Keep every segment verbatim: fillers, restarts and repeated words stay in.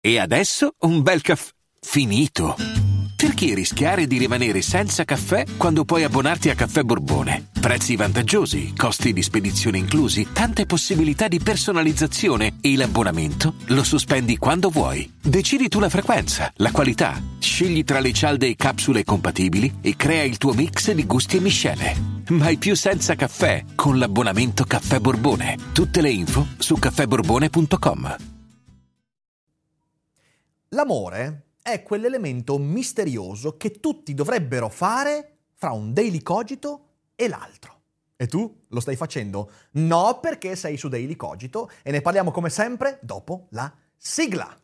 E adesso un bel caffè finito. Perché rischiare di rimanere senza caffè quando puoi abbonarti a Caffè Borbone? Prezzi vantaggiosi, costi di spedizione inclusi, tante possibilità di personalizzazione e l'abbonamento lo sospendi quando vuoi. Decidi tu la frequenza, la qualità, scegli tra le cialde e capsule compatibili e crea il tuo mix di gusti e miscele. Mai più senza caffè con l'abbonamento Caffè Borbone. Tutte le info su caffè borbone punto com. L'amore è quell'elemento misterioso che tutti dovrebbero fare fra un daily cogito e l'altro. E tu lo stai facendo? No, perché sei su Daily Cogito e ne parliamo come sempre dopo la sigla.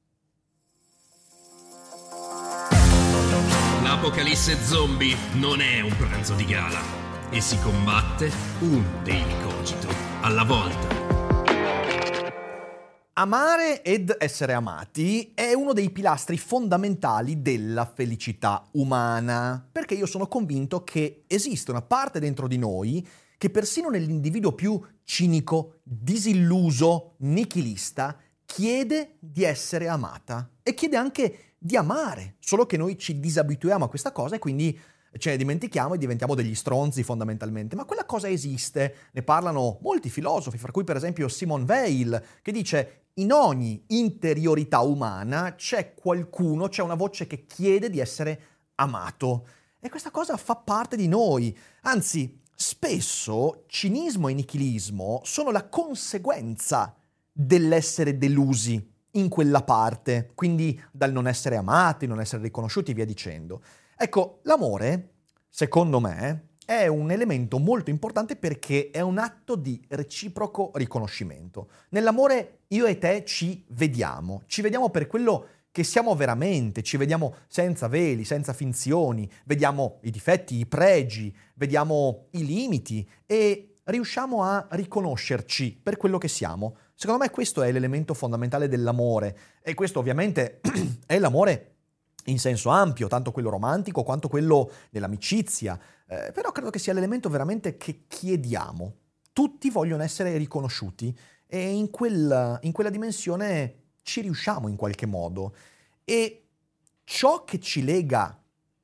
L'apocalisse zombie non è un pranzo di gala e si combatte un Daily Cogito alla volta. Amare ed essere amati è uno dei pilastri fondamentali della felicità umana, perché io sono convinto che esiste una parte dentro di noi che persino nell'individuo più cinico, disilluso, nichilista, chiede di essere amata e chiede anche di amare, solo che noi ci disabituiamo a questa cosa e quindi ce ne dimentichiamo e diventiamo degli stronzi fondamentalmente. Ma quella cosa esiste, ne parlano molti filosofi, fra cui per esempio Simone Weil, che dice: in ogni interiorità umana c'è qualcuno, c'è una voce che chiede di essere amato. E questa cosa fa parte di noi. Anzi, spesso cinismo e nichilismo sono la conseguenza dell'essere delusi in quella parte, quindi dal non essere amati, non essere riconosciuti e via dicendo. Ecco, l'amore, secondo me, è un elemento molto importante perché è un atto di reciproco riconoscimento. Nell'amore io e te ci vediamo, ci vediamo per quello che siamo veramente, ci vediamo senza veli, senza finzioni, vediamo i difetti, i pregi, vediamo i limiti e riusciamo a riconoscerci per quello che siamo. Secondo me questo è l'elemento fondamentale dell'amore e questo ovviamente è l'amore in senso ampio, tanto quello romantico quanto quello dell'amicizia, eh, però credo che sia l'elemento veramente che chiediamo. Tutti vogliono essere riconosciuti e in, quel, in quella dimensione ci riusciamo in qualche modo. E ciò che ci lega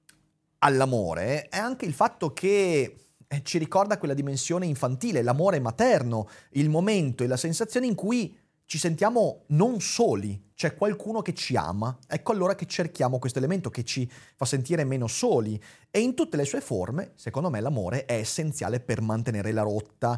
all'amore è anche il fatto che ci ricorda quella dimensione infantile, l'amore materno, il momento e la sensazione in cui ci sentiamo non soli, c'è qualcuno che ci ama, ecco allora che cerchiamo questo elemento che ci fa sentire meno soli e in tutte le sue forme, secondo me l'amore è essenziale per mantenere la rotta,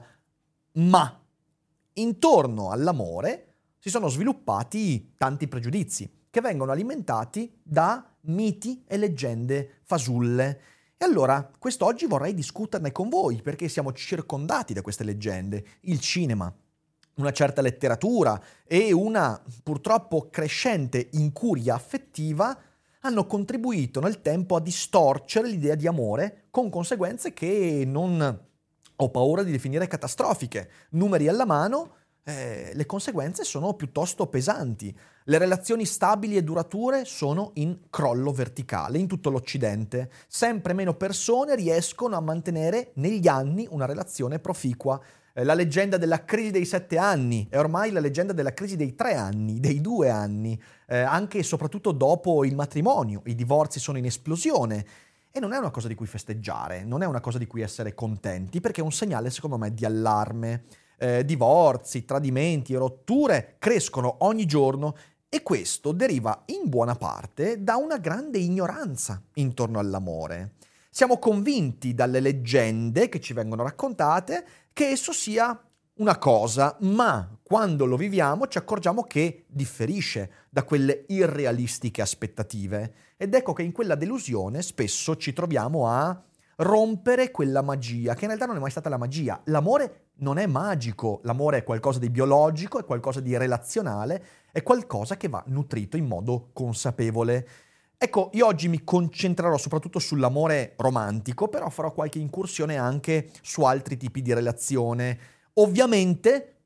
ma intorno all'amore si sono sviluppati tanti pregiudizi che vengono alimentati da miti e leggende fasulle. E allora, quest'oggi vorrei discuterne con voi perché siamo circondati da queste leggende, il cinema, una certa letteratura e una purtroppo crescente incuria affettiva hanno contribuito nel tempo a distorcere l'idea di amore con conseguenze che non ho paura di definire catastrofiche. Numeri alla mano, eh, le conseguenze sono piuttosto pesanti. Le relazioni stabili e durature sono in crollo verticale in tutto l'Occidente. Sempre meno persone riescono a mantenere negli anni una relazione proficua. La leggenda della crisi dei sette anni è ormai la leggenda della crisi dei tre anni, dei due anni, eh, anche e soprattutto dopo il matrimonio. I divorzi sono in esplosione e non è una cosa di cui festeggiare, non è una cosa di cui essere contenti, perché è un segnale, secondo me, di allarme. Eh, divorzi, tradimenti e rotture crescono ogni giorno e questo deriva in buona parte da una grande ignoranza intorno all'amore. Siamo convinti dalle leggende che ci vengono raccontate che esso sia una cosa, ma quando lo viviamo ci accorgiamo che differisce da quelle irrealistiche aspettative. Ed ecco che in quella delusione spesso ci troviamo a rompere quella magia, che in realtà non è mai stata la magia. L'amore non è magico, l'amore è qualcosa di biologico, è qualcosa di relazionale, è qualcosa che va nutrito in modo consapevole. Ecco, io oggi mi concentrerò soprattutto sull'amore romantico, però farò qualche incursione anche su altri tipi di relazione. Ovviamente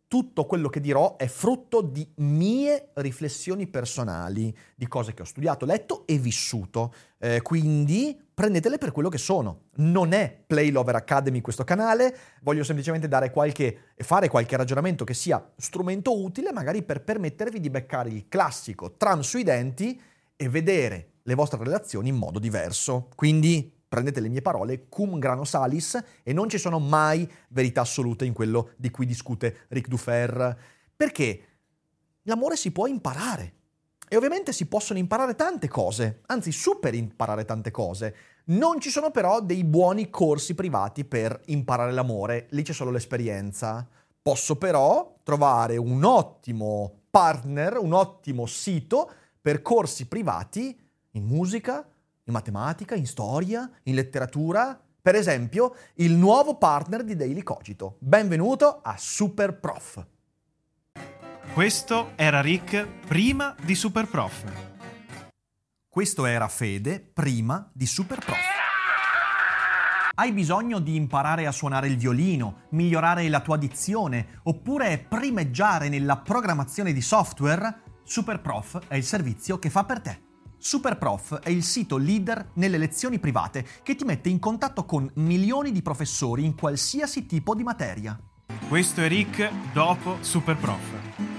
tutto quello che dirò è frutto di mie riflessioni personali, di cose che ho studiato, letto e vissuto. Eh, quindi prendetele per quello che sono. Non è Play Lover Academy questo canale, voglio semplicemente dare qualche, fare qualche ragionamento che sia strumento utile, magari per permettervi di beccare il classico tram sui denti e vedere le vostre relazioni in modo diverso. Quindi prendete le mie parole cum grano salis e non ci sono mai verità assolute in quello di cui discute Ric Dufer, perché l'amore si può imparare e ovviamente si possono imparare tante cose, anzi super imparare tante cose. Non ci sono però dei buoni corsi privati per imparare l'amore, lì c'è solo l'esperienza. Posso però trovare un ottimo partner, un ottimo sito per corsi privati in musica, in matematica, in storia, in letteratura. Per esempio, il nuovo partner di Daily Cogito. Benvenuto a Super Prof. Questo era Rick prima di Super Prof. Questo era Fede prima di Super Prof. Hai bisogno di imparare a suonare il violino, migliorare la tua dizione, oppure primeggiare nella programmazione di software? Super Prof è il servizio che fa per te. Super Prof è il sito leader nelle lezioni private che ti mette in contatto con milioni di professori in qualsiasi tipo di materia. Questo è Rick dopo Super Prof.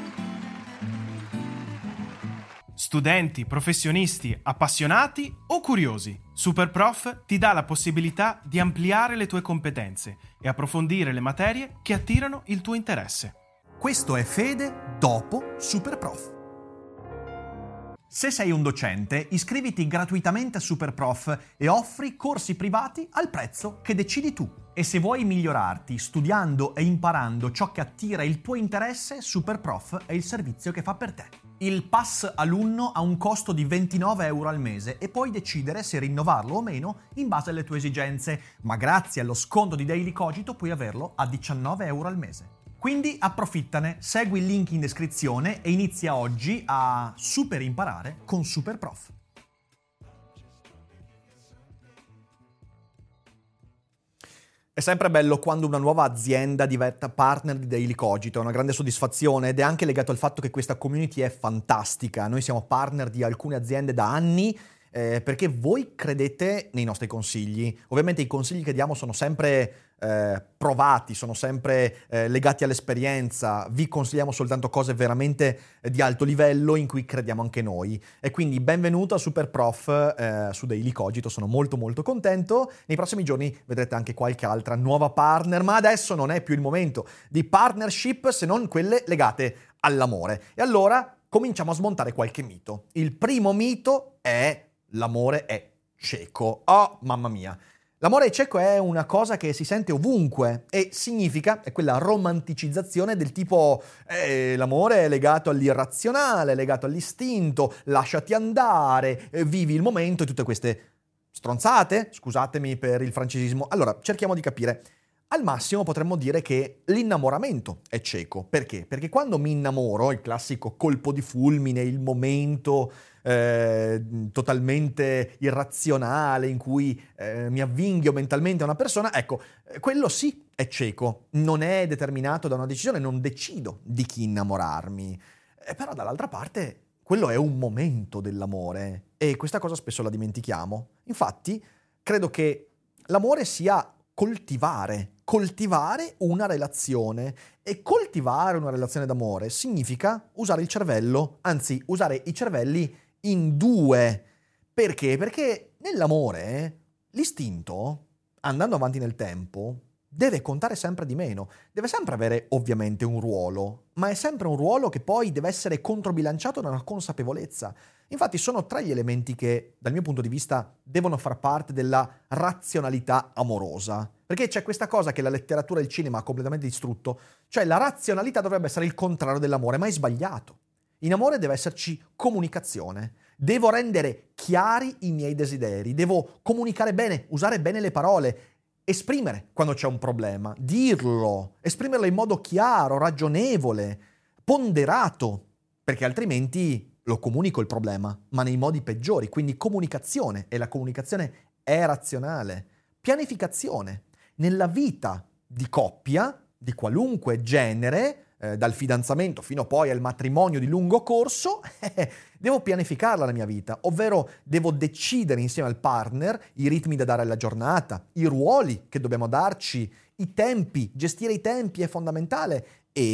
Studenti, professionisti, appassionati o curiosi, Super Prof ti dà la possibilità di ampliare le tue competenze e approfondire le materie che attirano il tuo interesse. Questo è Fede dopo Super Prof. Se sei un docente, iscriviti gratuitamente a Super Prof e offri corsi privati al prezzo che decidi tu. E se vuoi migliorarti studiando e imparando ciò che attira il tuo interesse, Super Prof è il servizio che fa per te. Il pass alunno ha un costo di ventinove euro al mese e puoi decidere se rinnovarlo o meno in base alle tue esigenze, ma grazie allo sconto di Daily Cogito puoi averlo a diciannove euro al mese. Quindi approfittane, segui il link in descrizione e inizia oggi a super imparare con Super Prof. È sempre bello quando una nuova azienda diventa partner di Daily Cogito, è una grande soddisfazione ed è anche legato al fatto che questa community è fantastica. Noi siamo partner di alcune aziende da anni eh, perché voi credete nei nostri consigli. Ovviamente i consigli che diamo sono sempre Eh, provati, sono sempre eh, legati all'esperienza, vi consigliamo soltanto cose veramente eh, di alto livello in cui crediamo anche noi. E quindi benvenuto a Super Prof eh, su Daily Cogito, sono molto molto contento. Nei prossimi giorni vedrete anche qualche altra nuova partner, ma adesso non è più il momento di partnership se non quelle legate all'amore. E allora cominciamo a smontare qualche mito. Il primo mito è: l'amore è cieco. Oh, mamma mia! L'amore cieco è una cosa che si sente ovunque e significa, è quella romanticizzazione del tipo eh, l'amore è legato all'irrazionale, legato all'istinto, lasciati andare, eh, vivi il momento e tutte queste stronzate, scusatemi per il francesismo. Allora, cerchiamo di capire. Al massimo potremmo dire che l'innamoramento è cieco. Perché? Perché quando mi innamoro, il classico colpo di fulmine, il momento eh, totalmente irrazionale in cui eh, mi avvinghio mentalmente a una persona, ecco, quello sì è cieco, non è determinato da una decisione, non decido di chi innamorarmi. Eh, però dall'altra parte quello è un momento dell'amore e questa cosa spesso la dimentichiamo. Infatti credo che l'amore sia coltivare, coltivare una relazione e coltivare una relazione d'amore significa usare il cervello, anzi usare i cervelli in due. Perché? Perché nell'amore l'istinto, andando avanti nel tempo, deve contare sempre di meno, deve sempre avere ovviamente un ruolo, ma è sempre un ruolo che poi deve essere controbilanciato da una consapevolezza. Infatti sono tre gli elementi che, dal mio punto di vista, devono far parte della razionalità amorosa. Perché c'è questa cosa che la letteratura e il cinema ha completamente distrutto, cioè la razionalità dovrebbe essere il contrario dell'amore, ma è sbagliato. In amore deve esserci comunicazione. Devo rendere chiari i miei desideri, devo comunicare bene, usare bene le parole, esprimere quando c'è un problema, dirlo, esprimerlo in modo chiaro, ragionevole, ponderato, perché altrimenti lo comunico il problema, ma nei modi peggiori. Quindi comunicazione, e la comunicazione è razionale. Pianificazione. Nella vita di coppia, di qualunque genere, eh, dal fidanzamento fino poi al matrimonio di lungo corso, eh, devo pianificarla la mia vita, ovvero devo decidere insieme al partner i ritmi da dare alla giornata, i ruoli che dobbiamo darci, i tempi, gestire i tempi è fondamentale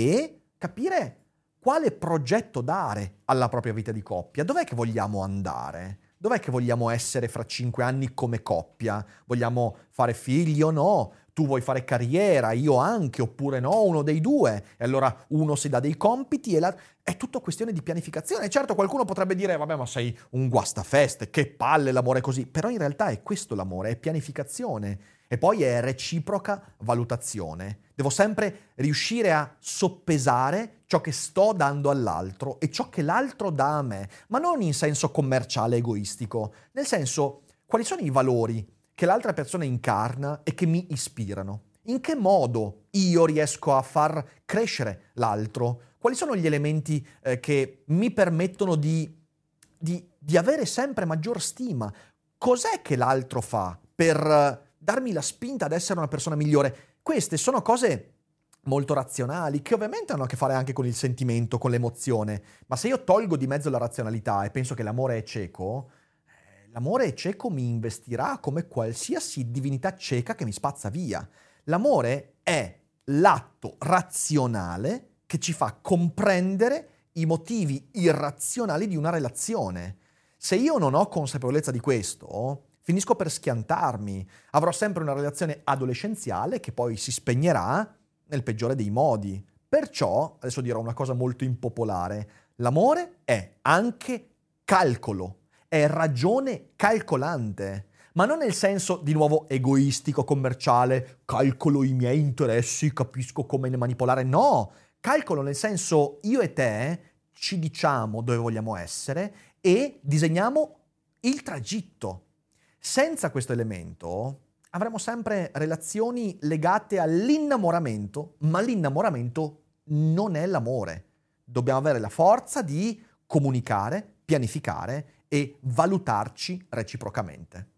e capire quale progetto dare alla propria vita di coppia, dov'è che vogliamo andare? Dov'è che vogliamo essere fra cinque anni come coppia? Vogliamo fare figli o no? Tu vuoi fare carriera, io anche, oppure no, uno dei due. E allora uno si dà dei compiti e la... è tutto questione di pianificazione. Certo, qualcuno potrebbe dire, vabbè, ma sei un guastafeste, che palle l'amore così. Però in realtà è questo l'amore, è pianificazione. E poi è reciproca valutazione. Devo sempre riuscire a soppesare ciò che sto dando all'altro e ciò che l'altro dà a me, ma non in senso commerciale egoistico, nel senso, quali sono i valori che l'altra persona incarna e che mi ispirano? In che modo io riesco a far crescere l'altro? Quali sono gli elementi eh, che mi permettono di, di, di avere sempre maggior stima? Cos'è che l'altro fa per uh, darmi la spinta ad essere una persona migliore? Queste sono cose molto razionali, che ovviamente hanno a che fare anche con il sentimento, con l'emozione, ma se io tolgo di mezzo la razionalità e penso che l'amore è cieco, eh, l'amore cieco mi investirà come qualsiasi divinità cieca che mi spazza via. L'amore è l'atto razionale che ci fa comprendere i motivi irrazionali di una relazione. Se io non ho consapevolezza di questo, finisco per schiantarmi, avrò sempre una relazione adolescenziale che poi si spegnerà nel peggiore dei modi. Perciò, adesso dirò una cosa molto impopolare, l'amore è anche calcolo, è ragione calcolante, ma non nel senso, di nuovo, egoistico, commerciale, calcolo i miei interessi, capisco come ne manipolare, no, calcolo nel senso io e te ci diciamo dove vogliamo essere e disegniamo il tragitto. Senza questo elemento avremo sempre relazioni legate all'innamoramento, ma l'innamoramento non è l'amore. Dobbiamo avere la forza di comunicare, pianificare e valutarci reciprocamente.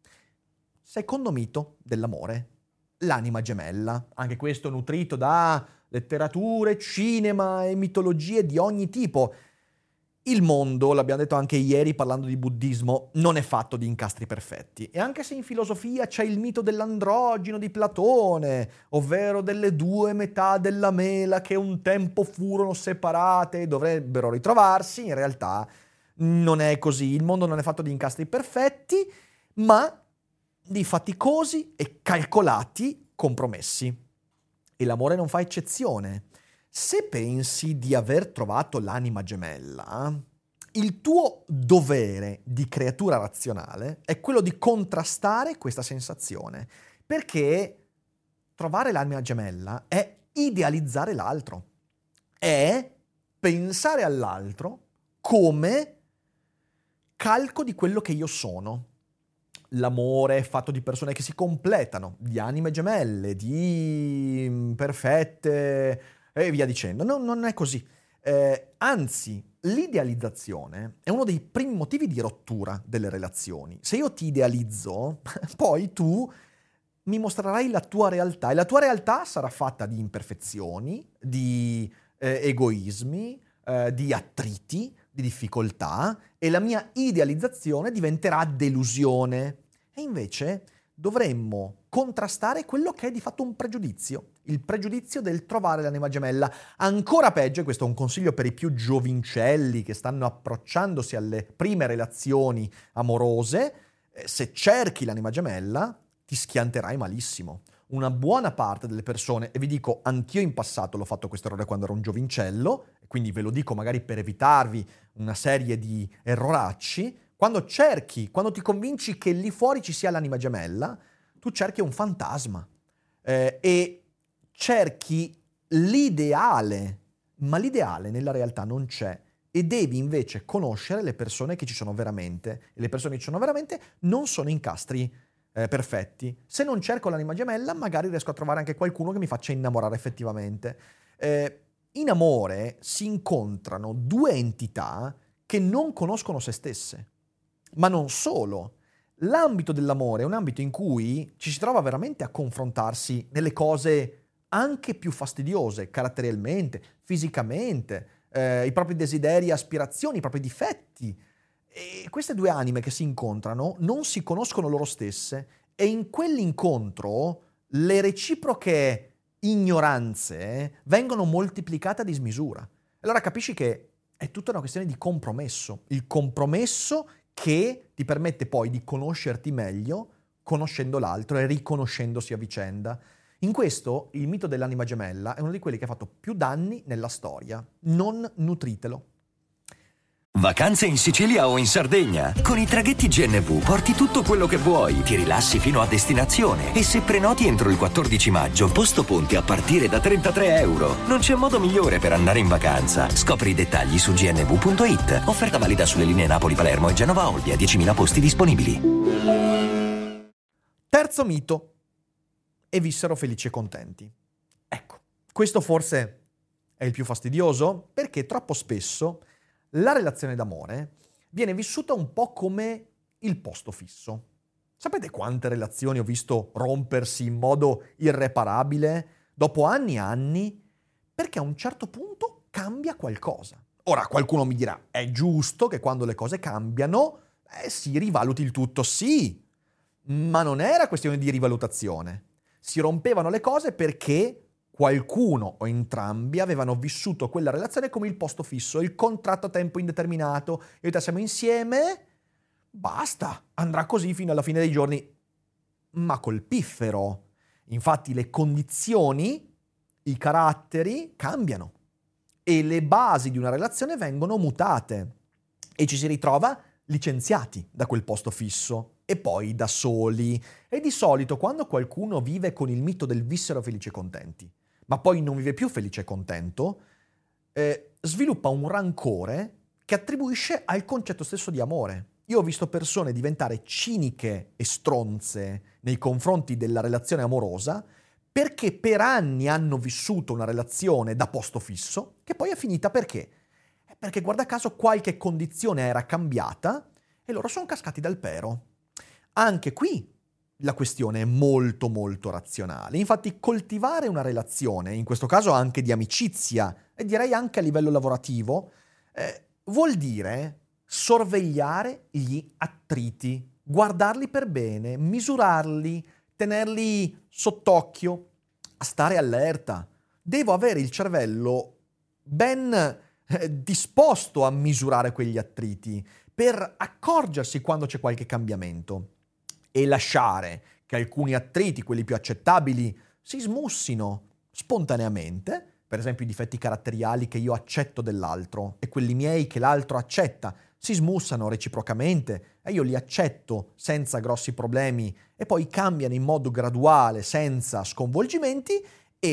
Secondo mito dell'amore, l'anima gemella. Anche questo nutrito da letterature, cinema e mitologie di ogni tipo. Il mondo, l'abbiamo detto anche ieri parlando di buddismo, non è fatto di incastri perfetti. E anche se in filosofia c'è il mito dell'androgino di Platone, ovvero delle due metà della mela che un tempo furono separate e dovrebbero ritrovarsi, in realtà non è così. Il mondo non è fatto di incastri perfetti, ma di faticosi e calcolati compromessi. E l'amore non fa eccezione. Se pensi di aver trovato l'anima gemella, il tuo dovere di creatura razionale è quello di contrastare questa sensazione, perché trovare l'anima gemella è idealizzare l'altro, è pensare all'altro come calco di quello che io sono. L'amore è fatto di persone che si completano, di anime gemelle, di perfette e via dicendo. No, non è così. Eh, anzi, l'idealizzazione è uno dei primi motivi di rottura delle relazioni. Se io ti idealizzo, poi tu mi mostrerai la tua realtà e la tua realtà sarà fatta di imperfezioni, di eh, egoismi, eh, di attriti, di difficoltà, e la mia idealizzazione diventerà delusione. E invece dovremmo contrastare quello che è di fatto un pregiudizio, il pregiudizio del trovare l'anima gemella. Ancora peggio, e questo è un consiglio per i più giovincelli che stanno approcciandosi alle prime relazioni amorose, se cerchi l'anima gemella ti schianterai malissimo. Una buona parte delle persone, e vi dico, anch'io in passato l'ho fatto questo errore quando ero un giovincello, quindi ve lo dico magari per evitarvi una serie di erroracci, quando cerchi, quando ti convinci che lì fuori ci sia l'anima gemella, tu cerchi un fantasma eh, e cerchi l'ideale, ma l'ideale nella realtà non c'è e devi invece conoscere le persone che ci sono veramente, e le persone che ci sono veramente non sono incastri eh, perfetti. Se non cerco l'anima gemella, magari riesco a trovare anche qualcuno che mi faccia innamorare effettivamente. Eh, in amore si incontrano due entità che non conoscono se stesse. Ma non solo. L'ambito dell'amore è un ambito in cui ci si trova veramente a confrontarsi nelle cose anche più fastidiose caratterialmente, fisicamente, eh, i propri desideri, aspirazioni, i propri difetti. E queste due anime che si incontrano non si conoscono loro stesse e in quell'incontro le reciproche ignoranze vengono moltiplicate a dismisura. Allora capisci che è tutta una questione di compromesso, il compromesso che ti permette poi di conoscerti meglio, conoscendo l'altro e riconoscendosi a vicenda. In questo il mito dell'anima gemella è uno di quelli che ha fatto più danni nella storia. Non nutritelo. Vacanze in Sicilia o in Sardegna. Con i traghetti G N V porti tutto quello che vuoi, ti rilassi fino a destinazione e se prenoti entro il quattordici maggio, posto ponti a partire da trentatré euro. Non c'è modo migliore per andare in vacanza. Scopri i dettagli su g n v punto i t. Offerta valida sulle linee Napoli-Palermo e Genova-Olbia, diecimila posti disponibili. Terzo mito. E vissero felici e contenti. Ecco, questo forse è il più fastidioso perché troppo spesso la relazione d'amore viene vissuta un po' come il posto fisso. Sapete quante relazioni ho visto rompersi in modo irreparabile dopo anni e anni? Perché a un certo punto cambia qualcosa. Ora qualcuno mi dirà, è giusto che quando le cose cambiano eh, si rivaluti il tutto, sì, ma non era questione di rivalutazione. Si rompevano le cose perché qualcuno o entrambi avevano vissuto quella relazione come il posto fisso, il contratto a tempo indeterminato. Io e te siamo insieme, basta, andrà così fino alla fine dei giorni. Ma col piffero. Infatti le condizioni, i caratteri cambiano e le basi di una relazione vengono mutate e ci si ritrova licenziati da quel posto fisso e poi da soli. E di solito quando qualcuno vive con il mito del vissero felici e contenti, ma poi non vive più felice e contento, eh, sviluppa un rancore che attribuisce al concetto stesso di amore. Io ho visto persone diventare ciniche e stronze nei confronti della relazione amorosa perché per anni hanno vissuto una relazione da posto fisso che poi è finita perché? Perché guarda caso qualche condizione era cambiata e loro sono cascati dal pero. Anche qui la questione è molto molto razionale. Infatti coltivare una relazione, in questo caso anche di amicizia e direi anche a livello lavorativo, eh, vuol dire sorvegliare gli attriti, guardarli per bene, misurarli, tenerli sott'occhio, stare allerta. Devo avere il cervello ben eh, disposto a misurare quegli attriti per accorgersi quando c'è qualche cambiamento e lasciare che alcuni attriti, quelli più accettabili, si smussino spontaneamente, per esempio i difetti caratteriali che io accetto dell'altro e quelli miei che l'altro accetta, si smussano reciprocamente e io li accetto senza grossi problemi e poi cambiano in modo graduale, senza sconvolgimenti,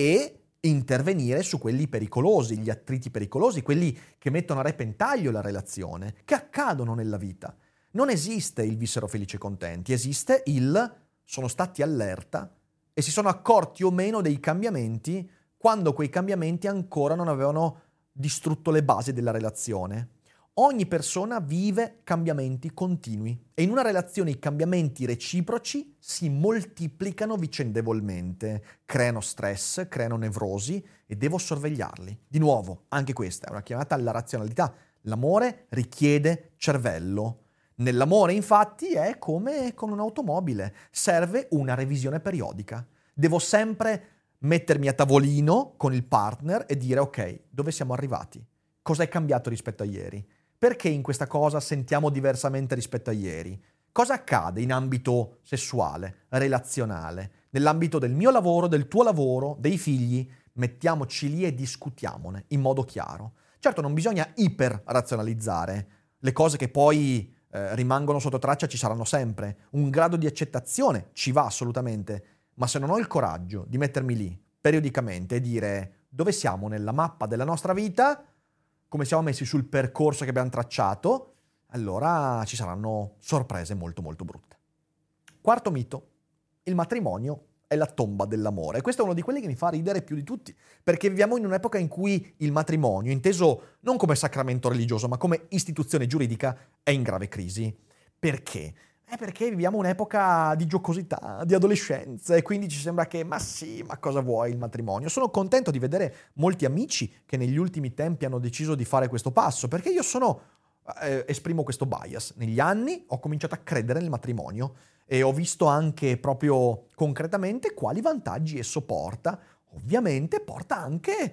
e intervenire su quelli pericolosi, gli attriti pericolosi, quelli che mettono a repentaglio la relazione, che accadono nella vita. Non esiste il vissero felici e contenti, esiste il sono stati allerta e si sono accorti o meno dei cambiamenti quando quei cambiamenti ancora non avevano distrutto le basi della relazione. Ogni persona vive cambiamenti continui e in una relazione i cambiamenti reciproci si moltiplicano vicendevolmente, creano stress, creano nevrosi e devo sorvegliarli. Di nuovo, anche questa è una chiamata alla razionalità. L'amore richiede cervello. Nell'amore, infatti, è come con un'automobile. Serve una revisione periodica. Devo sempre mettermi a tavolino con il partner e dire ok, dove siamo arrivati? Cosa è cambiato rispetto a ieri? Perché in questa cosa sentiamo diversamente rispetto a ieri? Cosa accade in ambito sessuale, relazionale, nell'ambito del mio lavoro, del tuo lavoro, dei figli? Mettiamoci lì e discutiamone in modo chiaro. Certo, non bisogna iper-razionalizzare. Le cose che poi eh, rimangono sotto traccia ci saranno sempre. Un grado di accettazione ci va assolutamente. Ma se non ho il coraggio di mettermi lì periodicamente e dire dove siamo nella mappa della nostra vita, come siamo messi sul percorso che abbiamo tracciato, allora ci saranno sorprese molto molto brutte. Quarto mito, il matrimonio è la tomba dell'amore. Questo è uno di quelli che mi fa ridere più di tutti, perché viviamo in un'epoca in cui il matrimonio, inteso non come sacramento religioso, ma come istituzione giuridica, è in grave crisi. Perché? È perché viviamo un'epoca di giocosità, di adolescenza e quindi ci sembra che, ma sì, ma cosa vuoi il matrimonio? Sono contento di vedere molti amici che negli ultimi tempi hanno deciso di fare questo passo, perché io sono, eh, esprimo questo bias. Negli anni ho cominciato a credere nel matrimonio e ho visto anche proprio concretamente quali vantaggi esso porta. Ovviamente porta anche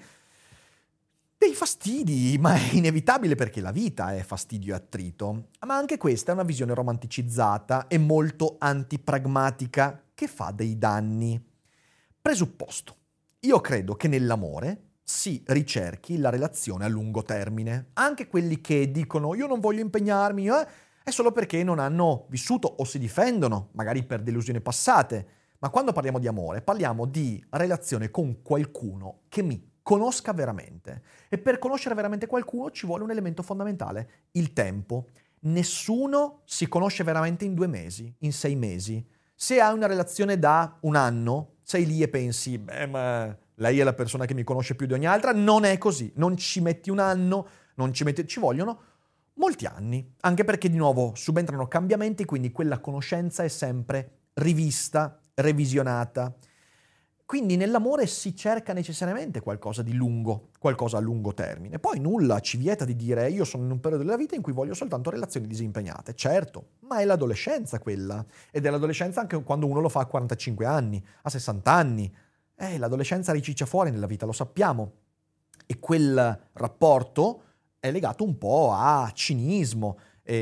dei fastidi, ma è inevitabile perché la vita è fastidio e attrito. Ma anche questa è una visione romanticizzata e molto antipragmatica che fa dei danni. Presupposto. Io credo che nell'amore si ricerchi la relazione a lungo termine. Anche quelli che dicono io non voglio impegnarmi, eh, è solo perché non hanno vissuto o si difendono, magari per delusioni passate. Ma quando parliamo di amore, parliamo di relazione con qualcuno che mi conosca veramente. E per conoscere veramente qualcuno ci vuole un elemento fondamentale, il tempo. Nessuno si conosce veramente in due mesi, in sei mesi. Se hai una relazione da un anno, sei lì e pensi, beh, ma lei è la persona che mi conosce più di ogni altra. Non è così. Non ci metti un anno, non ci metti... ci vogliono molti anni. Anche perché, di nuovo, subentrano cambiamenti, quindi quella conoscenza è sempre rivista, revisionata. Quindi nell'amore si cerca necessariamente qualcosa di lungo, qualcosa a lungo termine. Poi nulla ci vieta di dire io sono in un periodo della vita in cui voglio soltanto relazioni disimpegnate. Certo, ma è l'adolescenza quella. Ed è l'adolescenza anche quando uno lo fa a quarantacinque anni, a sessanta anni. Eh, l'adolescenza riciccia fuori nella vita, lo sappiamo. E quel rapporto è legato un po' a cinismo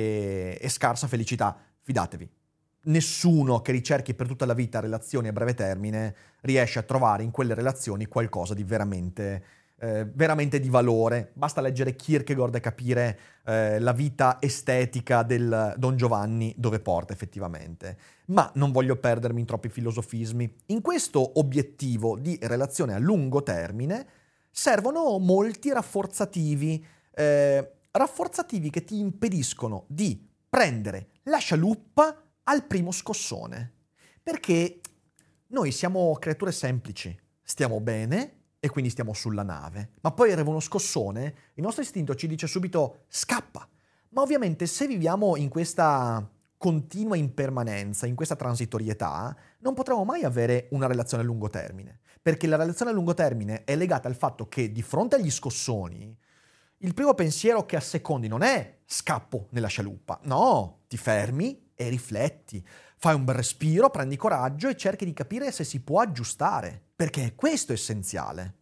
e, e scarsa felicità. Fidatevi. Nessuno che ricerchi per tutta la vita relazioni a breve termine riesce a trovare in quelle relazioni qualcosa di veramente, eh, veramente di valore. Basta leggere Kierkegaard e capire eh, la vita estetica del Don Giovanni dove porta effettivamente. Ma non voglio perdermi in troppi filosofismi. In questo obiettivo di relazione a lungo termine servono molti rafforzativi, eh, rafforzativi che ti impediscono di prendere la scialuppa al primo scossone, perché noi siamo creature semplici, stiamo bene e quindi stiamo sulla nave, ma poi arriva uno scossone, il nostro istinto ci dice subito scappa, ma ovviamente se viviamo in questa continua impermanenza, in questa transitorietà, non potremo mai avere una relazione a lungo termine, perché la relazione a lungo termine è legata al fatto che di fronte agli scossoni il primo pensiero che assecondi non è scappo nella scialuppa, no, ti fermi e rifletti, fai un bel respiro, prendi coraggio e cerchi di capire se si può aggiustare, perché questo è essenziale.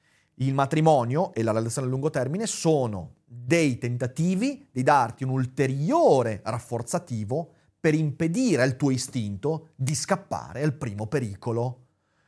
Il matrimonio e la relazione a lungo termine sono dei tentativi di darti un ulteriore rafforzativo per impedire al tuo istinto di scappare al primo pericolo.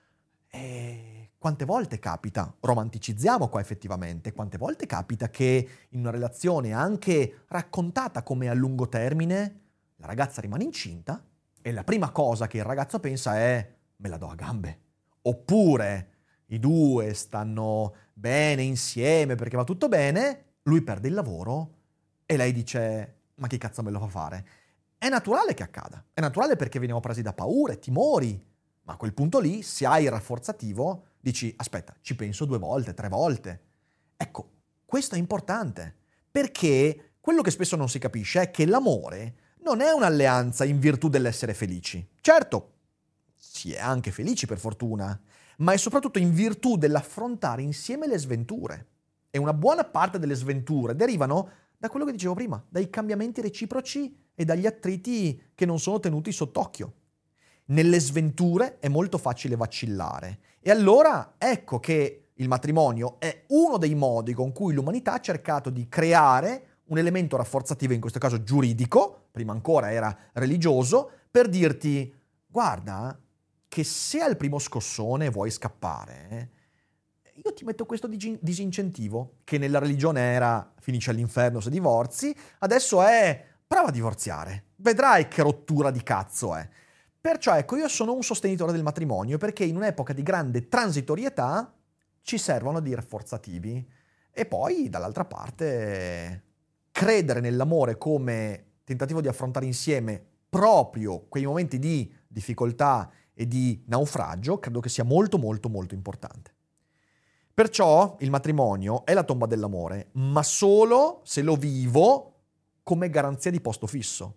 E quante volte capita, romanticizziamo qua effettivamente, quante volte capita che in una relazione anche raccontata come a lungo termine la ragazza rimane incinta e la prima cosa che il ragazzo pensa è me la do a gambe. Oppure i due stanno bene insieme perché va tutto bene, lui perde il lavoro e lei dice ma che cazzo me lo fa fare? È naturale che accada, è naturale perché veniamo presi da paure, timori, ma a quel punto lì se hai il rafforzativo dici aspetta, ci penso due volte, tre volte. Ecco, questo è importante perché quello che spesso non si capisce è che l'amore non è un'alleanza in virtù dell'essere felici. Certo, si è anche felici per fortuna, ma è soprattutto in virtù dell'affrontare insieme le sventure. E una buona parte delle sventure derivano da quello che dicevo prima, dai cambiamenti reciproci e dagli attriti che non sono tenuti sott'occhio. Nelle sventure è molto facile vacillare. E allora ecco che il matrimonio è uno dei modi con cui l'umanità ha cercato di creare un elemento rafforzativo, in questo caso giuridico, prima ancora era religioso, per dirti, guarda, che se al primo scossone vuoi scappare, io ti metto questo disincentivo, che nella religione era finisce all'inferno se divorzi, adesso è prova a divorziare, vedrai che rottura di cazzo è. Perciò ecco, io sono un sostenitore del matrimonio, perché in un'epoca di grande transitorietà ci servono dei rafforzativi. E poi, dall'altra parte, credere nell'amore come tentativo di affrontare insieme proprio quei momenti di difficoltà e di naufragio, credo che sia molto molto molto importante. Perciò il matrimonio è la tomba dell'amore, ma solo se lo vivo come garanzia di posto fisso.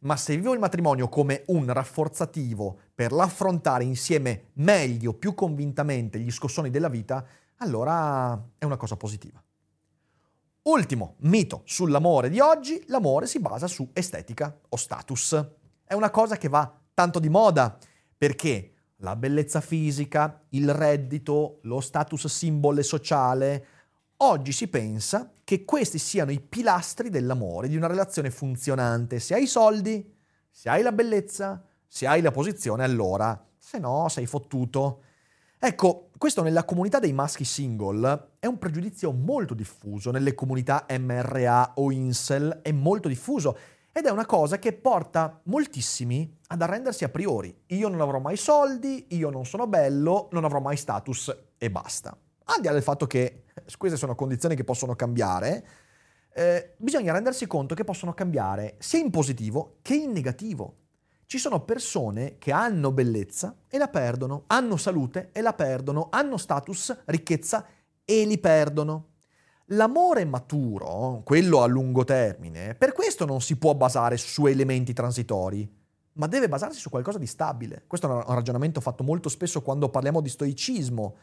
ma se vivo il matrimonio come un rafforzativo per l'affrontare insieme meglio, più convintamente gli scossoni della vita, allora è una cosa positiva. Ultimo mito sull'amore di oggi: l'amore si basa su estetica o status. È una cosa che va tanto di moda, perché la bellezza fisica, il reddito, lo status simbolo sociale, oggi si pensa che questi siano i pilastri dell'amore, di una relazione funzionante. Se hai i soldi, se hai la bellezza, se hai la posizione, allora, se no sei fottuto. Ecco, questo nella comunità dei maschi single è un pregiudizio molto diffuso, nelle comunità M R A o incel è molto diffuso, ed è una cosa che porta moltissimi ad arrendersi a priori. Io non avrò mai soldi, io non sono bello, non avrò mai status e basta. Al di là del fatto che queste sono condizioni che possono cambiare, eh, bisogna rendersi conto che possono cambiare sia in positivo che in negativo. Ci sono persone che hanno bellezza e la perdono, hanno salute e la perdono, hanno status, ricchezza e li perdono. L'amore maturo, quello a lungo termine, per questo non si può basare su elementi transitori, ma deve basarsi su qualcosa di stabile. Questo è un ragionamento fatto molto spesso quando parliamo di stoicismo.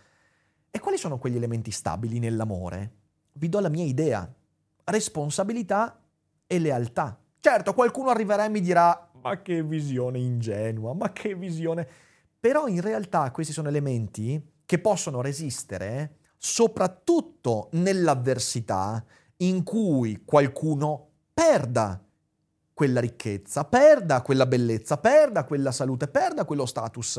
E quali sono quegli elementi stabili nell'amore? Vi do la mia idea: responsabilità e lealtà. Certo, qualcuno arriverà e mi dirà: ma che visione ingenua, ma che visione... Però in realtà questi sono elementi che possono resistere soprattutto nell'avversità, in cui qualcuno perda quella ricchezza, perda quella bellezza, perda quella salute, perda quello status.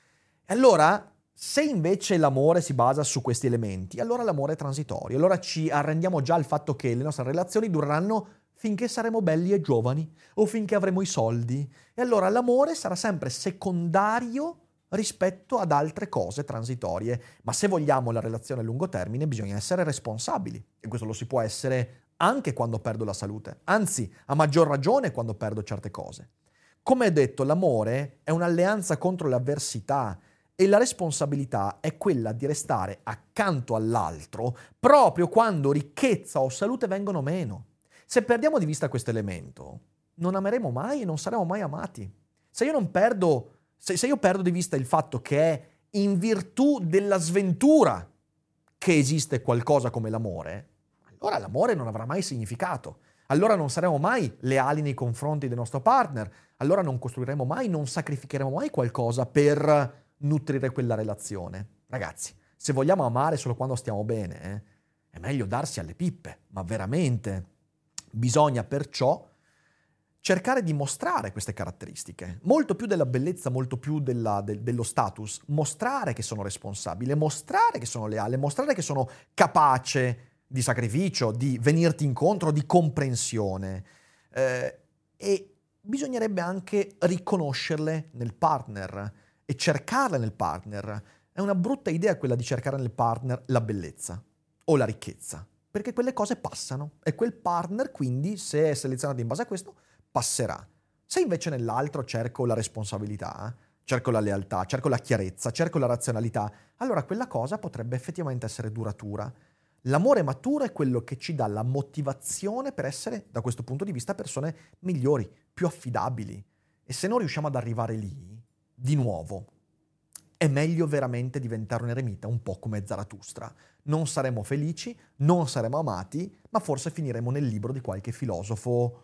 E allora, se invece l'amore si basa su questi elementi, allora l'amore è transitorio. Allora ci arrendiamo già al fatto che le nostre relazioni dureranno finché saremo belli e giovani o finché avremo i soldi. E allora l'amore sarà sempre secondario rispetto ad altre cose transitorie. Ma se vogliamo la relazione a lungo termine bisogna essere responsabili. E questo lo si può essere anche quando perdo la salute. Anzi, a maggior ragione quando perdo certe cose. Come detto, l'amore è un'alleanza contro le avversità. E la responsabilità è quella di restare accanto all'altro proprio quando ricchezza o salute vengono meno. Se perdiamo di vista questo elemento, non ameremo mai e non saremo mai amati. Se io non perdo, se, se io perdo di vista il fatto che è in virtù della sventura che esiste qualcosa come l'amore, allora l'amore non avrà mai significato. Allora non saremo mai leali nei confronti del nostro partner. Allora non costruiremo mai, non sacrificheremo mai qualcosa per nutrire quella relazione. Ragazzi, se vogliamo amare solo quando stiamo bene, eh, è meglio darsi alle pippe, ma veramente. Bisogna perciò cercare di mostrare queste caratteristiche, molto più della bellezza, molto più della, de, dello status, mostrare che sono responsabile, mostrare che sono leale, mostrare che sono capace di sacrificio, di venirti incontro, di comprensione. Eh, e bisognerebbe anche riconoscerle nel partner e cercarle nel partner. È una brutta idea quella di cercare nel partner la bellezza o la ricchezza, perché quelle cose passano e quel partner quindi, se è selezionato in base a questo, passerà. Se invece nell'altro cerco la responsabilità, cerco la lealtà, cerco la chiarezza, cerco la razionalità, allora quella cosa potrebbe effettivamente essere duratura. L'amore maturo è quello che ci dà la motivazione per essere, da questo punto di vista, persone migliori, più affidabili. E se non riusciamo ad arrivare lì, di nuovo, è meglio veramente diventare un eremita, un po' come Zarathustra. Non saremo felici, non saremo amati, ma forse finiremo nel libro di qualche filosofo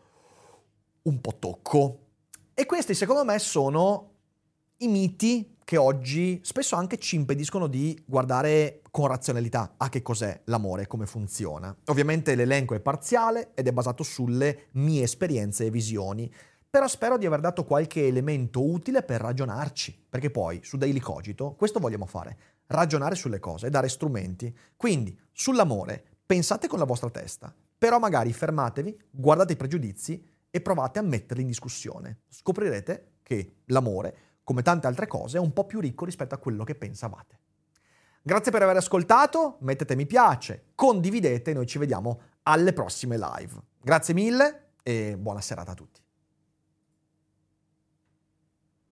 un po' tocco. E questi, secondo me, sono i miti che oggi spesso anche ci impediscono di guardare con razionalità a che cos'è l'amore e come funziona. Ovviamente l'elenco è parziale ed è basato sulle mie esperienze e visioni, però spero di aver dato qualche elemento utile per ragionarci, perché poi su Daily Cogito questo vogliamo fare, ragionare sulle cose, dare strumenti. Quindi sull'amore pensate con la vostra testa, però magari fermatevi, guardate i pregiudizi e provate a metterli in discussione. Scoprirete che l'amore, come tante altre cose, è un po' più ricco rispetto a quello che pensavate. Grazie per aver ascoltato, mettete mi piace, condividete e noi ci vediamo alle prossime live. Grazie mille e buona serata a tutti.